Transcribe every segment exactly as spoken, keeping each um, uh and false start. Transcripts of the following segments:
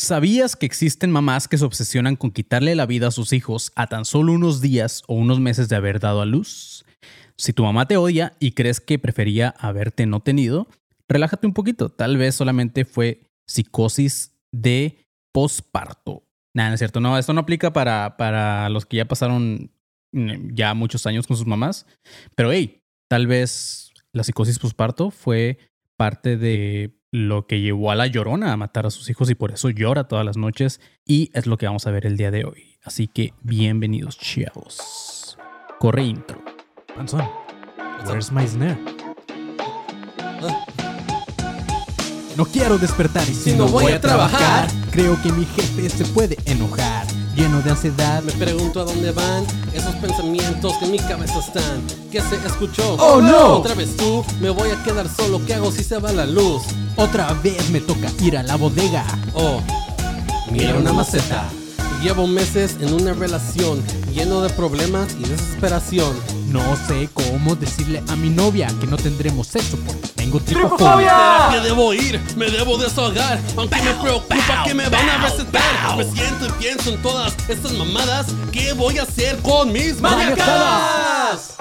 ¿Sabías que existen mamás que se obsesionan con quitarle la vida a sus hijos a tan solo unos días o unos meses de haber dado a luz? Si tu mamá te odia y crees que prefería haberte no tenido, relájate un poquito. Tal vez solamente fue psicosis de posparto. Nada, no es cierto. No, esto no aplica para, para los que ya pasaron ya muchos años con sus mamás. Pero hey, tal vez la psicosis posparto fue parte de lo que llevó a la Llorona a matar a sus hijos y por eso llora todas las noches. Y es lo que vamos a ver el día de hoy. Así que bienvenidos, chavos. Corre intro. Panzón, where's my snare? No quiero despertar y si, Si no voy a trabajar, creo que mi jefe se puede enojar. Lleno de ansiedad, me pregunto a dónde van esos pensamientos que en mi cabeza están. ¿Qué se escuchó? ¡Oh, no! Otra vez tú, me voy a quedar solo. ¿Qué hago si se va la luz? Otra vez me toca ir a la bodega. Oh, mira una maceta. Llevo meses en una relación lleno de problemas y desesperación. No sé cómo decirle a mi novia que no tendremos sexo porque tengo tripofobia. ¿Qué debo ir? Me debo desahogar. Aunque me preocupa que me van a recetar. Me siento y pienso en todas estas mamadas. ¿Qué voy a hacer con mis maniacadas?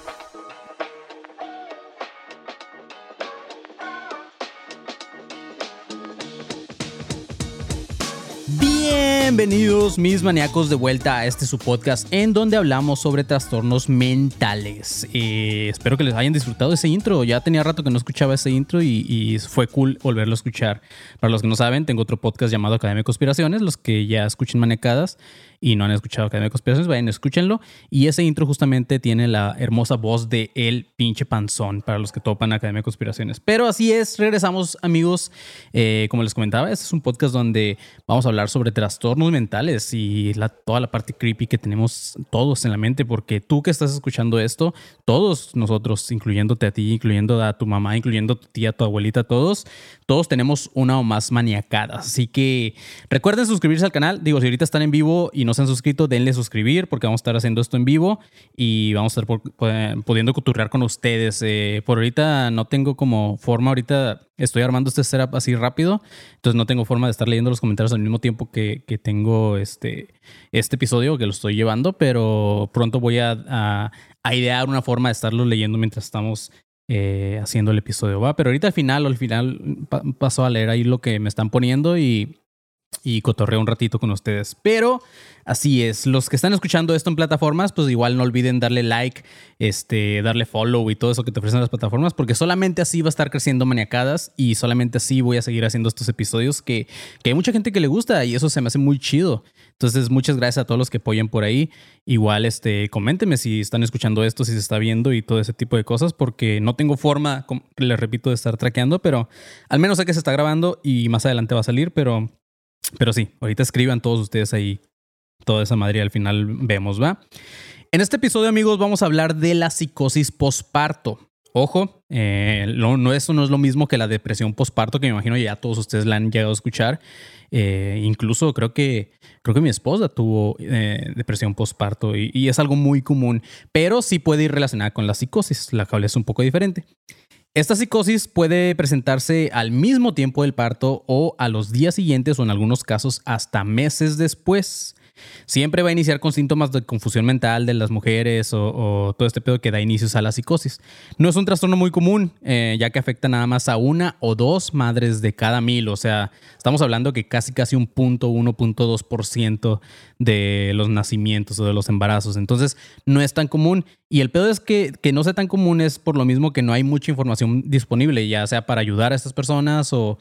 Bienvenidos mis maníacos de vuelta a este su podcast en donde hablamos sobre trastornos mentales. Eh, espero que les hayan disfrutado ese intro. Ya tenía rato que no escuchaba ese intro y, y fue cool volverlo a escuchar. Para los que no saben, tengo otro podcast llamado Academia de Conspiraciones. Los que ya escuchen maniacadas y no han escuchado Academia de Conspiraciones, vayan, escúchenlo. Y ese intro justamente tiene la hermosa voz de El Pinche Panzón para los que topan Academia de Conspiraciones. Pero así es, regresamos amigos. Eh, como les comentaba, este es un podcast donde vamos a hablar sobre trastornos mentales y la, toda la parte creepy que tenemos todos en la mente, porque tú que estás escuchando esto, todos nosotros, incluyéndote a ti, incluyendo a tu mamá, incluyendo a tu tía, a tu abuelita, todos, todos tenemos una o más maniacadas. Así que recuerden suscribirse al canal. Digo, si ahorita están en vivo y no se han suscrito, denle suscribir porque vamos a estar haciendo esto en vivo y vamos a estar por, por, pudiendo coturrear con ustedes. Eh, por ahorita no tengo como forma, ahorita estoy armando este setup así rápido, entonces no tengo forma de estar leyendo los comentarios al mismo tiempo que, que tengo este, este episodio, que lo estoy llevando, pero pronto voy a, a, a idear una forma de estarlo leyendo mientras estamos eh, haciendo el episodio, ¿va? Pero ahorita al final, al final pa- paso a leer ahí lo que me están poniendo y... y cotorreo un ratito con ustedes. Pero así es, los que están escuchando esto en plataformas, pues igual no olviden darle like, este, darle follow y todo eso que te ofrecen las plataformas, porque solamente así va a estar creciendo Maniacadas y solamente así voy a seguir haciendo estos episodios que, que hay mucha gente que le gusta y eso se me hace muy chido. Entonces, muchas gracias a todos los que apoyan por ahí. Igual, este, coméntenme si están escuchando esto, si se está viendo y todo ese tipo de cosas, porque no tengo forma, como les repito, de estar traqueando, pero al menos sé que se está grabando y más adelante va a salir, pero... Pero sí, ahorita escriban todos ustedes ahí toda esa madre y al final vemos, ¿va? En este episodio, amigos, vamos a hablar de la psicosis posparto. Ojo, eh, no, no, eso no es lo mismo que la depresión posparto, que me imagino ya todos ustedes la han llegado a escuchar. Eh, incluso creo que, creo que mi esposa tuvo eh, depresión posparto y, y es algo muy común, pero sí puede ir relacionada con la psicosis, la cual es un poco diferente. Esta psicosis puede presentarse al mismo tiempo del parto o a los días siguientes o en algunos casos hasta meses después. Siempre va a iniciar con síntomas de confusión mental de las mujeres o, o todo este pedo que da inicios a la psicosis. No es un trastorno muy común, eh, ya que afecta nada más a una o dos madres de cada mil. O sea, estamos hablando que casi casi un punto uno punto dos por ciento de los nacimientos o de los embarazos. Entonces, no es tan común. Y el pedo es que, que no sea tan común es por lo mismo que no hay mucha información disponible, ya sea para ayudar a estas personas o...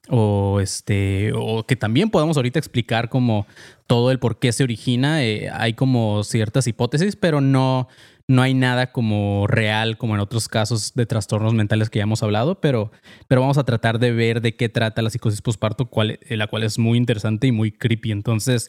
O, este, o que también podamos ahorita explicar como todo el por qué se origina. Eh, hay como ciertas hipótesis, pero no, no hay nada como real como en otros casos de trastornos mentales que ya hemos hablado. Pero, pero vamos a tratar de ver de qué trata la psicosis posparto, cual, eh, la cual es muy interesante y muy creepy. Entonces,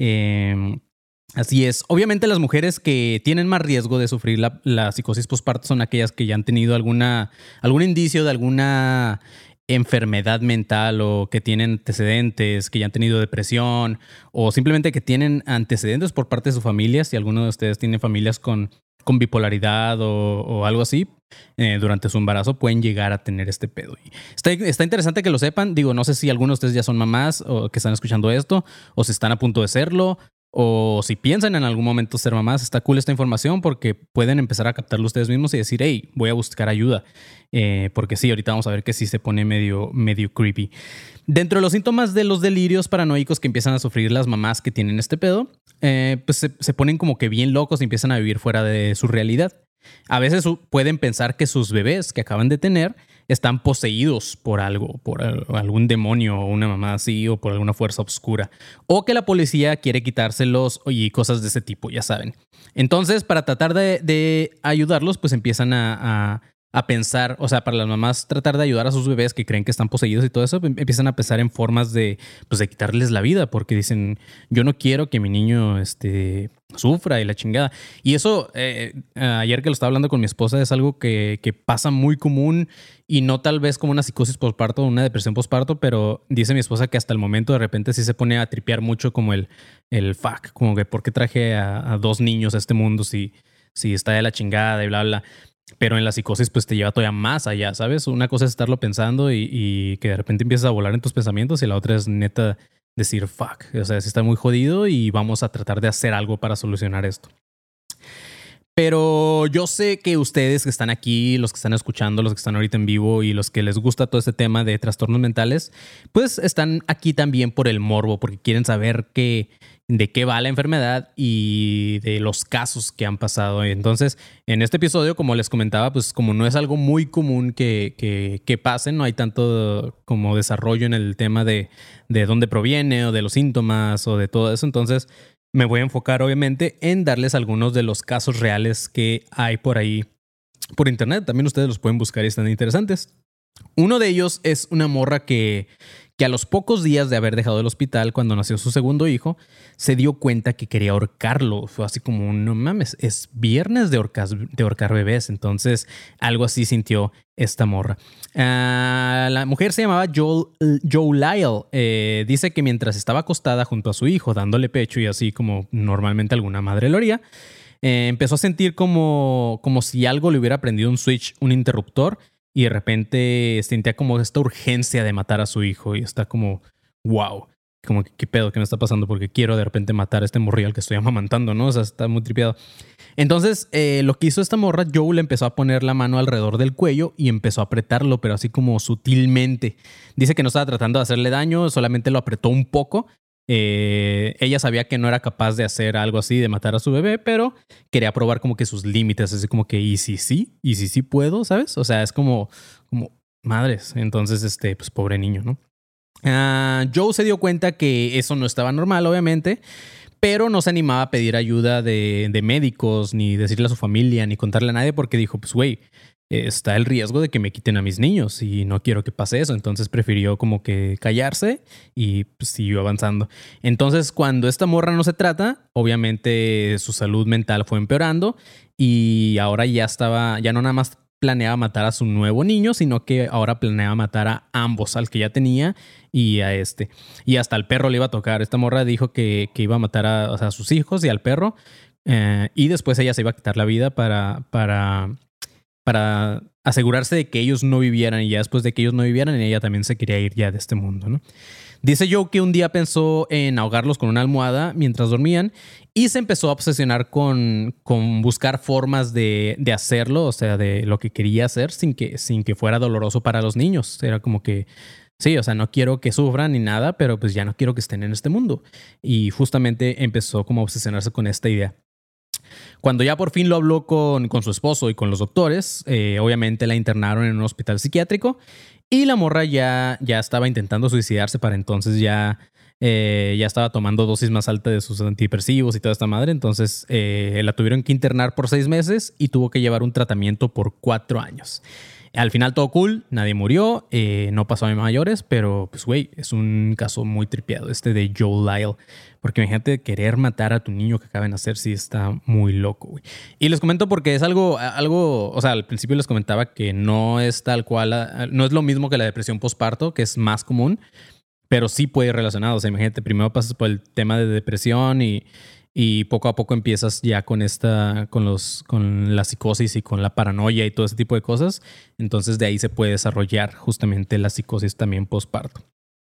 eh, así es. Obviamente las mujeres que tienen más riesgo de sufrir la, la psicosis posparto son aquellas que ya han tenido alguna, algún indicio de alguna... enfermedad mental o que tienen antecedentes, que ya han tenido depresión o simplemente que tienen antecedentes por parte de su familia. Si alguno de ustedes tiene familias con, con bipolaridad o, o algo así, eh, durante su embarazo pueden llegar a tener este pedo. Y está, está interesante que lo sepan. Digo, no sé si algunos de ustedes ya son mamás o que están escuchando esto, o si están a punto de serlo, o si piensan en algún momento ser mamás. Está cool esta información porque pueden empezar a captarlo ustedes mismos y decir, hey, voy a buscar ayuda. Eh, porque sí, ahorita vamos a ver que sí se pone medio, medio creepy. Dentro de los síntomas de los delirios paranoicos que empiezan a sufrir las mamás que tienen este pedo, eh, pues se, se ponen como que bien locos y empiezan a vivir fuera de su realidad. A veces pueden pensar que sus bebés que acaban de tener están poseídos por algo, por algún demonio o una mamá así, o por alguna fuerza oscura, o que la policía quiere quitárselos y cosas de ese tipo, ya saben. Entonces, para tratar de, de ayudarlos, pues empiezan a, a, a pensar, o sea, para las mamás tratar de ayudar a sus bebés que creen que están poseídos y todo eso, empiezan a pensar en formas de, pues, de quitarles la vida, porque dicen, yo no quiero que mi niño este, sufra y la chingada. Y eso, eh, ayer que lo estaba hablando con mi esposa, es algo que, que pasa muy común y no tal vez como una psicosis postparto o una depresión postparto, pero dice mi esposa que hasta el momento de repente sí se pone a tripear mucho como el, el fuck, como que por qué traje a, a dos niños a este mundo si, si está de la chingada y bla, bla. Pero en la psicosis pues te lleva todavía más allá, ¿sabes? Una cosa es estarlo pensando y, y que de repente empiezas a volar en tus pensamientos y la otra es neta decir fuck, o sea, si está muy jodido y vamos a tratar de hacer algo para solucionar esto. Pero yo sé que ustedes que están aquí, los que están escuchando, los que están ahorita en vivo y los que les gusta todo este tema de trastornos mentales, pues están aquí también por el morbo, porque quieren saber qué, de qué va la enfermedad y de los casos que han pasado. Entonces, en este episodio, como les comentaba, pues como no es algo muy común que, que, que pase, no hay tanto como desarrollo en el tema de, de dónde proviene o de los síntomas o de todo eso. Entonces, me voy a enfocar obviamente en darles algunos de los casos reales que hay por ahí por internet. También ustedes los pueden buscar y están interesantes. Uno de ellos es una morra que, que a los pocos días de haber dejado el hospital cuando nació su segundo hijo, se dio cuenta que quería ahorcarlo. Fue así como, no mames, es viernes de, ahorcas, de ahorcar bebés. Entonces algo así sintió esta morra. Uh, la mujer se llamaba Joel, Joe Lyle. Eh, dice que mientras estaba acostada junto a su hijo dándole pecho y así como normalmente alguna madre lo haría, eh, empezó a sentir como, como si algo le hubiera prendido un switch, un interruptor, y de repente sentía como esta urgencia de matar a su hijo y está como, wow, como, ¿qué pedo? ¿Qué me está pasando? Porque quiero de repente matar a este morrillo al que estoy amamantando, ¿no? O sea, está muy tripeado. Entonces, eh, lo que hizo esta morra, Joe le empezó a poner la mano alrededor del cuello y empezó a apretarlo, pero así como sutilmente. Dice que no estaba tratando de hacerle daño, solamente lo apretó un poco. Eh, ella sabía que no era capaz de hacer algo así, de matar a su bebé, pero quería probar como que sus límites, así como que, ¿y si sí? ¿Y si sí puedo? ¿Sabes? O sea, es como, como madres. Entonces, este, pues pobre niño, ¿no? Uh, Joe se dio cuenta que eso no estaba normal, obviamente, pero no se animaba a pedir ayuda de, de médicos, ni decirle a su familia, ni contarle a nadie, porque dijo, pues, güey, está el riesgo de que me quiten a mis niños y no quiero que pase eso. Entonces prefirió como que callarse y pues, siguió avanzando. Entonces, cuando esta morra no se trata, obviamente su salud mental fue empeorando y ahora ya estaba, ya no nada más planeaba matar a su nuevo niño, sino que ahora planeaba matar a ambos, al que ya tenía y a este. Y hasta al perro le iba a tocar. Esta morra dijo que, que iba a matar a, o sea, a sus hijos y al perro. Eh, y después ella se iba a quitar la vida para, para, para asegurarse de que ellos no vivieran. Y ya después de que ellos no vivieran, ella también se quería ir ya de este mundo, ¿no? Dice Joe que un día pensó en ahogarlos con una almohada mientras dormían y se empezó a obsesionar con, con buscar formas de, de hacerlo, o sea, de lo que quería hacer sin que, sin que fuera doloroso para los niños. Era como que, sí, o sea, no quiero que sufran ni nada, pero pues ya no quiero que estén en este mundo. Y justamente empezó como a obsesionarse con esta idea. Cuando ya por fin lo habló con, con su esposo y con los doctores, eh, obviamente la internaron en un hospital psiquiátrico y la morra ya, ya estaba intentando suicidarse para entonces ya, eh, ya estaba tomando dosis más alta de sus antidepresivos y toda esta madre. Entonces eh, la tuvieron que internar por seis meses y tuvo que llevar un tratamiento por cuatro años. Al final todo cool, nadie murió, eh, no pasó a mayores, pero pues güey, es un caso muy tripeado este de Joe Lyle. Porque imagínate querer matar a tu niño que acaba de nacer, sí está muy loco, güey. Y les comento porque es algo, algo, o sea, al principio les comentaba que no es tal cual, no es lo mismo que la depresión postparto, que es más común, pero sí puede ir relacionado. O sea, imagínate, primero pasas por el tema de depresión y, y poco a poco empiezas ya con esta, con los, con la psicosis y con la paranoia y todo ese tipo de cosas. Entonces de ahí se puede desarrollar justamente la psicosis también postparto.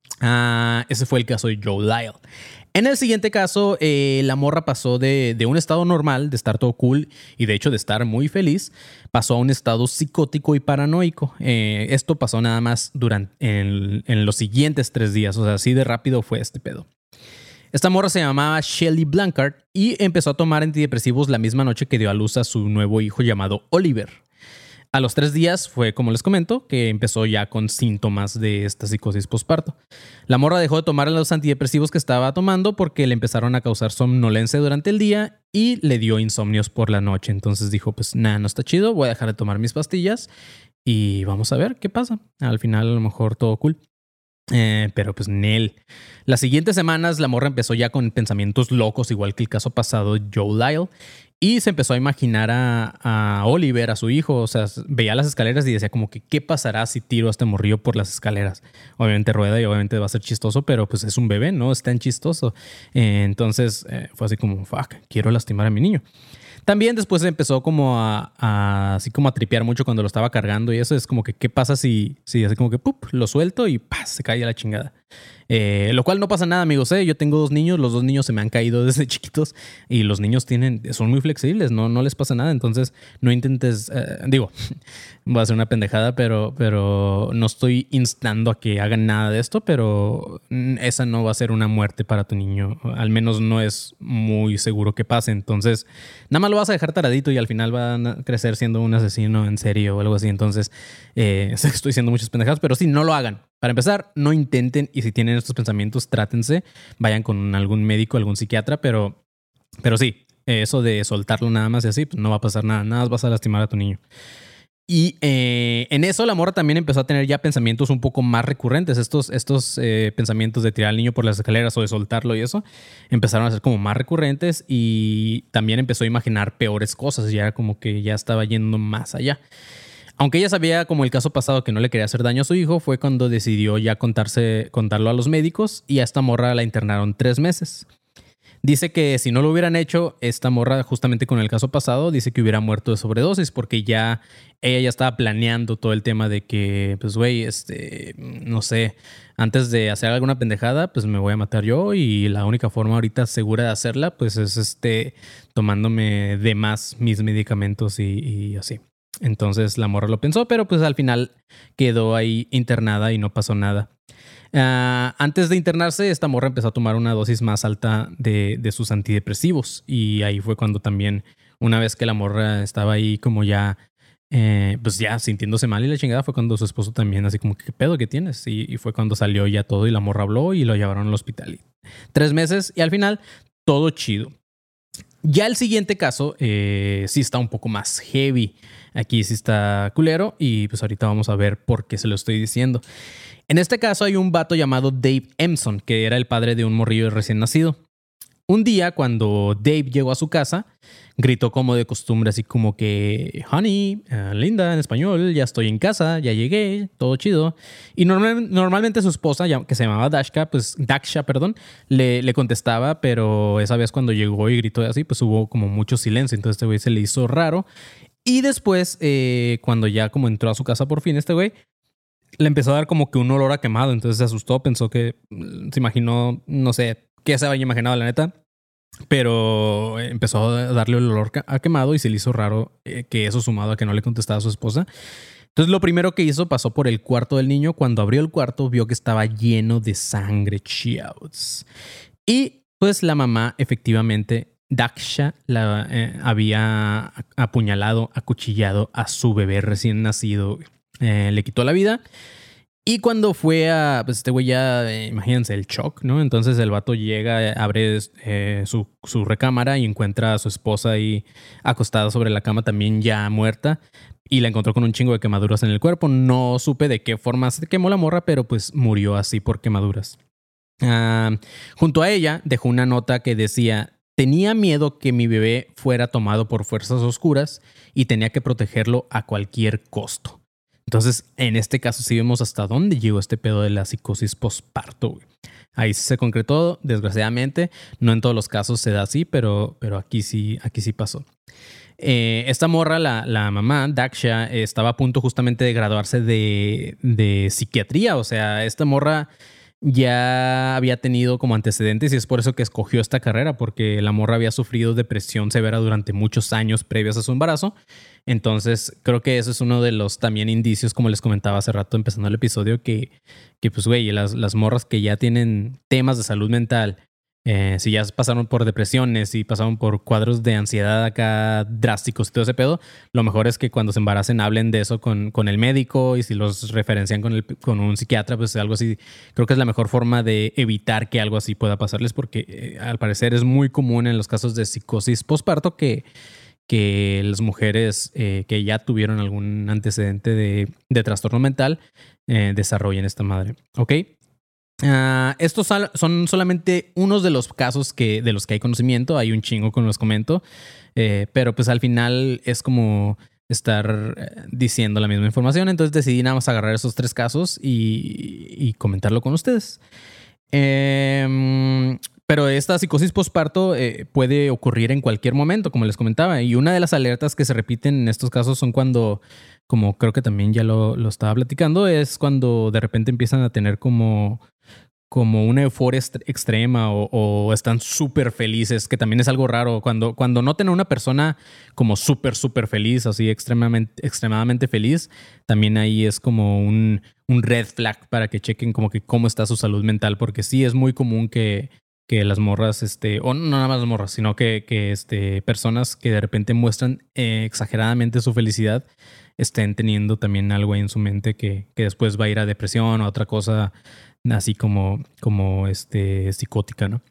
Uh, ese fue el caso de Joe Lyle. En el siguiente caso, eh, la morra pasó de, de un estado normal, de estar todo cool y de hecho de estar muy feliz, pasó a un estado psicótico y paranoico. Eh, esto pasó nada más durante en, en los siguientes tres días, o sea, así de rápido fue este pedo. Esta morra se llamaba Shelly Blancard y empezó a tomar antidepresivos la misma noche que dio a luz a su nuevo hijo llamado Oliver. A los tres días fue, como les comento, que empezó ya con síntomas de esta psicosis postparto. La morra dejó de tomar los antidepresivos que estaba tomando porque le empezaron a causar somnolencia durante el día y le dio insomnios por la noche. Entonces dijo, pues nada, no está chido, voy a dejar de tomar mis pastillas y vamos a ver qué pasa. Al final a lo mejor todo cool. Eh, pero pues Nel. Las siguientes semanas la morra empezó ya con pensamientos locos, igual que el caso pasado de Joe Lyle. Y se empezó a imaginar a, a Oliver, a su hijo. O sea, veía las escaleras y decía como que ¿qué pasará si tiro a este morrillo por las escaleras? Obviamente rueda y obviamente va a ser chistoso, pero pues es un bebé, ¿no? Es tan chistoso. Eh, entonces eh, fue así como, fuck, quiero lastimar a mi niño. También después empezó como a, a así como a tripear mucho cuando lo estaba cargando y eso es como que ¿qué pasa si, si así como que ¡pup! Lo suelto y ¡paz! Se cae a la chingada. Eh, lo cual no pasa nada, amigos. ¿eh? Yo tengo dos niños, los dos niños se me han caído desde chiquitos y los niños tienen, son muy flexibles, no, no les pasa nada. Entonces no intentes, eh, digo, voy a hacer una pendejada, pero, pero no estoy instando a que hagan nada de esto, pero esa no va a ser una muerte para tu niño. Al menos no es muy seguro que pase. Entonces nada más lo vas a dejar taradito y al final va a crecer siendo un asesino en serio o algo así. Entonces eh, sé que estoy diciendo muchas pendejadas, pero sí, no lo hagan. Para empezar, no intenten y si tienen estos pensamientos, trátense, vayan con algún médico, algún psiquiatra, pero, pero sí, eso de soltarlo nada más y así, pues no va a pasar nada, nada más vas a lastimar a tu niño. Y eh, en eso la morra también empezó a tener ya pensamientos un poco más recurrentes. Estos, estos eh, pensamientos de tirar al niño por las escaleras o de soltarlo y eso empezaron a ser como más recurrentes y también empezó a imaginar peores cosas. Ya era como que ya estaba yendo más allá. Aunque ella sabía, como el caso pasado, que no le quería hacer daño a su hijo, fue cuando decidió ya contarse, contarlo a los médicos y a esta morra la internaron tres meses. Dice que si no lo hubieran hecho, esta morra, justamente con el caso pasado, dice que hubiera muerto de sobredosis porque ya ella ya estaba planeando todo el tema de que, pues, güey, este, no sé, antes de hacer alguna pendejada, pues me voy a matar yo y la única forma ahorita segura de hacerla, pues es este, tomándome de más mis medicamentos y, y así. Entonces la morra lo pensó, pero pues al final quedó ahí internada y no pasó nada. Uh, antes de internarse, esta morra empezó a tomar una dosis más alta de, de sus antidepresivos. Y ahí fue cuando también, una vez que la morra estaba ahí como ya, eh, pues ya sintiéndose mal y la chingada, fue cuando su esposo también así como, ¿qué pedo que tienes? Y, y fue cuando salió ya todo y la morra habló y lo llevaron al hospital. Y tres meses y al final todo chido. Ya el siguiente caso eh, sí está un poco más heavy. Aquí sí está culero y pues ahorita vamos a ver por qué se lo estoy diciendo. En este caso hay un vato llamado Dave Emson, que era el padre de un morrillo recién nacido. Un día cuando Dave llegó a su casa, gritó como de costumbre, así como que honey, uh, linda en español, ya estoy en casa, ya llegué, todo chido. Y normal, normalmente su esposa, que se llamaba Dashka, pues Daksha, perdón, le, le contestaba, pero esa vez cuando llegó y gritó así, pues hubo como mucho silencio. Entonces este güey se le hizo raro. Y después, eh, cuando ya como entró a su casa por fin este güey, le empezó a dar como que un olor a quemado. Entonces se asustó, pensó que, se imaginó, no sé, qué se había imaginado la neta. Pero empezó a darle el olor a quemado y se le hizo raro eh, que eso sumado a que no le contestaba a su esposa. Entonces lo primero que hizo, pasó por el cuarto del niño. Cuando abrió el cuarto vio que estaba lleno de sangre, chiaos. Y pues la mamá efectivamente, Daksha, la, eh, había apuñalado, acuchillado a su bebé recién nacido. Eh, le quitó la vida. Y cuando fue a, pues este güey ya, eh, imagínense el shock, ¿no? Entonces el vato llega, abre eh, su, su recámara y encuentra a su esposa ahí acostada sobre la cama también ya muerta. Y la encontró con un chingo de quemaduras en el cuerpo. No supe de qué forma se quemó la morra, pero pues murió así por quemaduras. Uh, junto a ella dejó una nota que decía: tenía miedo que mi bebé fuera tomado por fuerzas oscuras y tenía que protegerlo a cualquier costo. Entonces, en este caso sí vemos hasta dónde llegó este pedo de la psicosis postparto, güey. Ahí sí se concretó, desgraciadamente. No en todos los casos se da así, pero, pero aquí sí, aquí sí pasó. Eh, esta morra, la, la mamá, Daksha, eh, estaba a punto justamente de graduarse de, de psiquiatría. O sea, esta morra ya había tenido como antecedentes y es por eso que escogió esta carrera, porque la morra había sufrido depresión severa durante muchos años previos a su embarazo. Entonces creo que eso es uno de los también indicios, como les comentaba hace rato empezando el episodio, que, que pues güey, las, las morras que ya tienen temas de salud mental, eh, si ya pasaron por depresiones y pasaron por cuadros de ansiedad acá drásticos y todo ese pedo, lo mejor es que cuando se embaracen hablen de eso con, con el médico, y si los referencian con, el, con un psiquiatra, pues algo así. Creo que es la mejor forma de evitar que algo así pueda pasarles, porque eh, al parecer es muy común en los casos de psicosis postparto que, que las mujeres eh, que ya tuvieron algún antecedente de, de trastorno mental eh, desarrollen esta madre. ¿Ok? Uh, estos son solamente unos de los casos que, de los que hay conocimiento. Hay un chingo, como los comento, eh, pero pues al final es como estar eh, diciendo la misma información. Entonces decidí nada más agarrar esos tres casos y, y comentarlo con ustedes. Eh, pero esta psicosis postparto eh, puede ocurrir en cualquier momento, como les comentaba. Y una de las alertas que se repiten en estos casos son cuando, como creo que también ya lo, lo estaba platicando, es cuando de repente empiezan a tener como... como una euforia extrema o, o están súper felices, que también es algo raro. Cuando, cuando noten a una persona como súper, súper feliz, así extremadamente, extremadamente feliz, también ahí es como un, un red flag para que chequen como que cómo está su salud mental, porque sí es muy común que, que las morras, este, o no nada más las morras, sino que, que este, personas que de repente muestran eh, exageradamente su felicidad estén teniendo también algo ahí en su mente que, que después va a ir a depresión o a otra cosa así como, como este, psicótica, ¿no?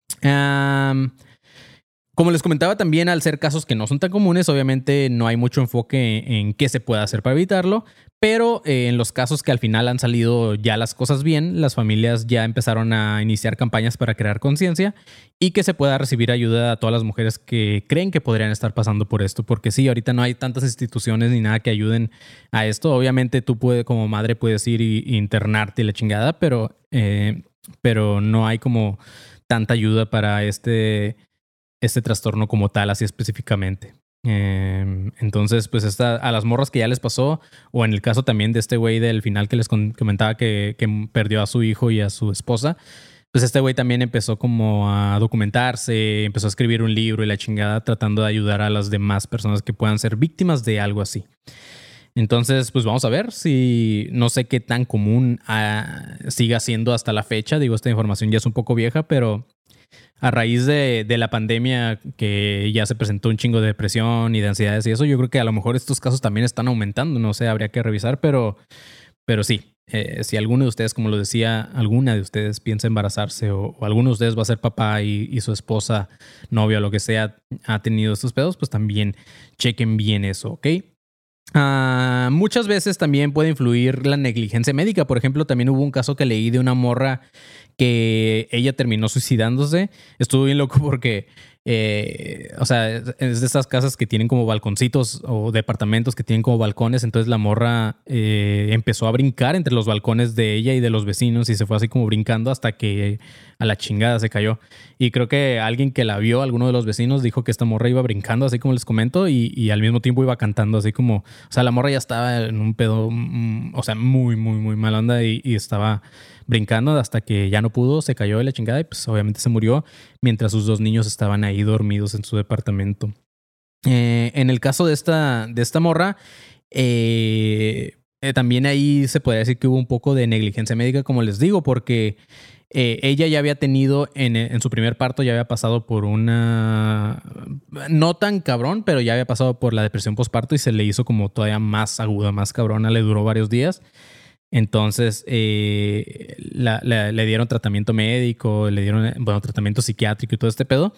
Um, como les comentaba también, al ser casos que no son tan comunes, obviamente no hay mucho enfoque en, en qué se puede hacer para evitarlo, pero eh, en los casos que al final han salido ya las cosas bien, las familias ya empezaron a iniciar campañas para crear conciencia y que se pueda recibir ayuda a todas las mujeres que creen que podrían estar pasando por esto, porque sí, ahorita no hay tantas instituciones ni nada que ayuden a esto. Obviamente tú puedes, como madre puedes ir y, y internarte y la chingada, pero, eh, pero no hay como tanta ayuda para este... este trastorno como tal, así específicamente. Eh, entonces, pues esta, a las morras que ya les pasó, o en el caso también de este güey del final que les comentaba que, que perdió a su hijo y a su esposa, pues este güey también empezó como a documentarse, empezó a escribir un libro y la chingada, tratando de ayudar a las demás personas que puedan ser víctimas de algo así. Entonces, pues vamos a ver si no sé qué tan común uh, siga siendo hasta la fecha. Digo, esta información ya es un poco vieja, pero a raíz de, de la pandemia que ya se presentó un chingo de depresión y de ansiedades y eso, yo creo que a lo mejor estos casos también están aumentando. No sé, habría que revisar, pero, pero sí. Eh, si alguno de ustedes, como lo decía, alguna de ustedes piensa embarazarse o, o alguno de ustedes va a ser papá y, y su esposa, novia o lo que sea ha tenido estos pedos, pues también chequen bien eso, ¿ok? Uh, muchas veces también puede influir la negligencia médica. Por ejemplo, también hubo un caso que leí de una morra que ella terminó suicidándose. Estuvo bien loco porque, eh, o sea, es de esas casas que tienen como balconcitos o departamentos que tienen como balcones. Entonces la morra eh, empezó a brincar entre los balcones de ella y de los vecinos y se fue así como brincando hasta que a la chingada se cayó. Y creo que alguien que la vio, alguno de los vecinos, dijo que esta morra iba brincando, así como les comento, y, y al mismo tiempo iba cantando, así como... O sea, la morra ya estaba en un pedo, mm, o sea, muy, muy, muy mal onda y, y estaba brincando hasta que ya no pudo, se cayó de la chingada y pues obviamente se murió mientras sus dos niños estaban ahí dormidos en su departamento. Eh, en el caso de esta, de esta morra, eh, eh, también ahí se podría decir que hubo un poco de negligencia médica, como les digo, porque... Eh, ella ya había tenido en, en su primer parto, ya había pasado por una... No tan cabrón, pero ya había pasado por la depresión postparto y se le hizo como todavía más aguda, más cabrona. Le duró varios días. Entonces eh, la, la, le dieron tratamiento médico, le dieron, bueno, tratamiento psiquiátrico y todo este pedo.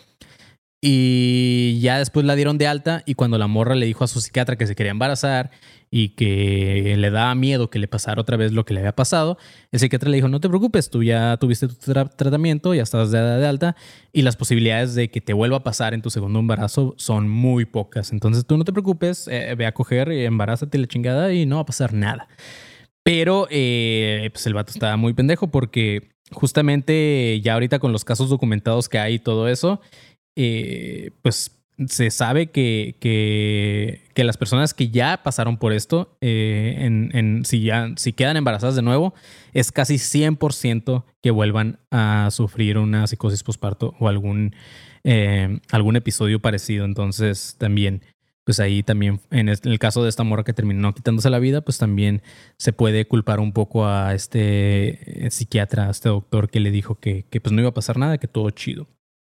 Y ya después la dieron de alta y cuando la morra le dijo a su psiquiatra que se quería embarazar y que le daba miedo que le pasara otra vez lo que le había pasado, el psiquiatra le dijo, no te preocupes, tú ya tuviste tu tra- tratamiento, ya estás de, de alta y las posibilidades de que te vuelva a pasar en tu segundo embarazo son muy pocas. Entonces tú no te preocupes, eh, ve a coger, embarázate la chingada y no va a pasar nada. Pero eh, pues el vato estaba muy pendejo porque justamente ya ahorita con los casos documentados que hay y todo eso, eh, pues se sabe que, que, que las personas que ya pasaron por esto, eh, en, en, si, ya, si quedan embarazadas de nuevo, es casi cien por ciento que vuelvan a sufrir una psicosis posparto o algún, eh, algún episodio parecido. Entonces también, pues ahí también, en el caso de esta morra que terminó quitándose la vida, pues también se puede culpar un poco a este psiquiatra, a este doctor que le dijo que, que pues no iba a pasar nada, que todo chido.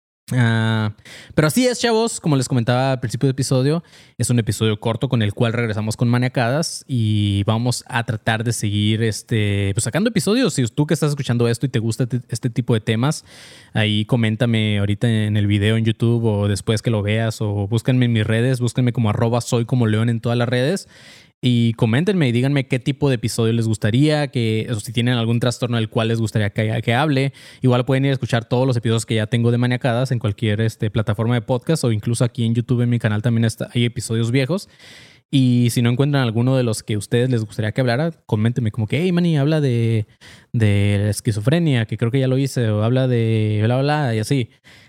Uh, pero así es, chavos, como les comentaba al principio del episodio, es un episodio corto con el cual regresamos con Maniacadas y vamos a tratar de seguir este, pues sacando episodios. Si tú que estás escuchando esto y te gusta este, este tipo de temas, ahí coméntame ahorita en el video en YouTube o después que lo veas, o búsquenme en mis redes, búsquenme como arroba soy como león en todas las redes. Y coméntenme y díganme qué tipo de episodio les gustaría, que, o si tienen algún trastorno del cual les gustaría que, que hable. Igual pueden ir a escuchar todos los episodios que ya tengo de Maniacadas en cualquier este, plataforma de podcast, o incluso aquí en YouTube en mi canal también está, hay episodios viejos. Y si no encuentran alguno de los que a ustedes les gustaría que hablara, coméntenme como que, hey, Manny, habla de, de la esquizofrenia, que creo que ya lo hice, o habla de bla, bla, bla, y así.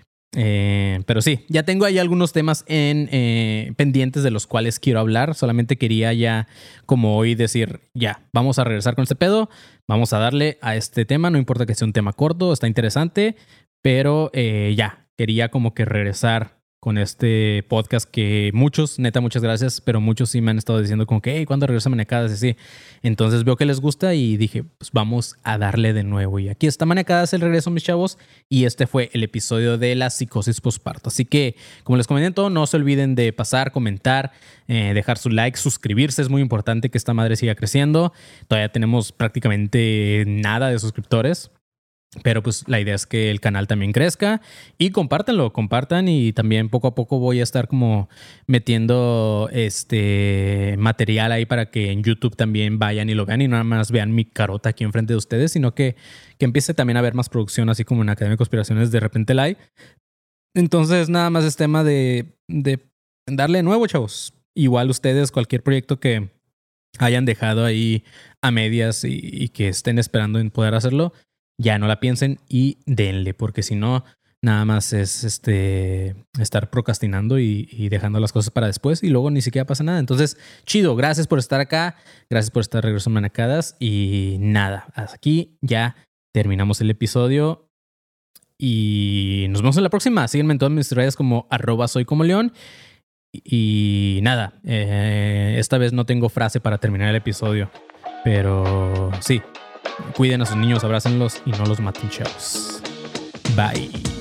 Eh, pero sí, ya tengo ahí algunos temas en eh, pendientes de los cuales quiero hablar. Solamente quería ya como hoy decir, ya, vamos a regresar con este pedo, vamos a darle a este tema, no importa que sea un tema corto, está interesante, pero eh, ya, quería como que regresar con este podcast que muchos, neta, muchas gracias, pero muchos sí me han estado diciendo como que, hey, ¿cuándo regresa Maniacadas? Y así. Entonces veo que les gusta y dije, pues vamos a darle de nuevo. Y aquí está Maniacadas, el regreso, mis chavos. Y este fue el episodio de la psicosis posparto. Así que, como les comenté, no se olviden de pasar, comentar, eh, dejar su like, suscribirse. Es muy importante que esta madre siga creciendo. Todavía tenemos prácticamente nada de suscriptores. Pero pues la idea es que el canal también crezca y compártanlo, compartan, y también poco a poco voy a estar como metiendo este material ahí para que en YouTube también vayan y lo vean y no nada más vean mi carota aquí enfrente de ustedes, sino que, que empiece también a haber más producción, así como en Academia de Conspiraciones de repente live. Entonces nada más es tema de, de darle de nuevo, chavos. Igual ustedes, cualquier proyecto que hayan dejado ahí a medias y, y que estén esperando en poder hacerlo, ya no la piensen y denle, porque si no, nada más es este estar procrastinando y, y dejando las cosas para después y luego ni siquiera pasa nada. Entonces, chido, gracias por estar acá, gracias por estar regreso en Maniacadas y nada, hasta aquí ya terminamos el episodio y nos vemos en la próxima. Síguenme en todas mis redes como arroba soy como león y nada, eh, esta vez no tengo frase para terminar el episodio, pero sí. Cuiden a sus niños, abrácenlos y no los maten, chavos. Bye.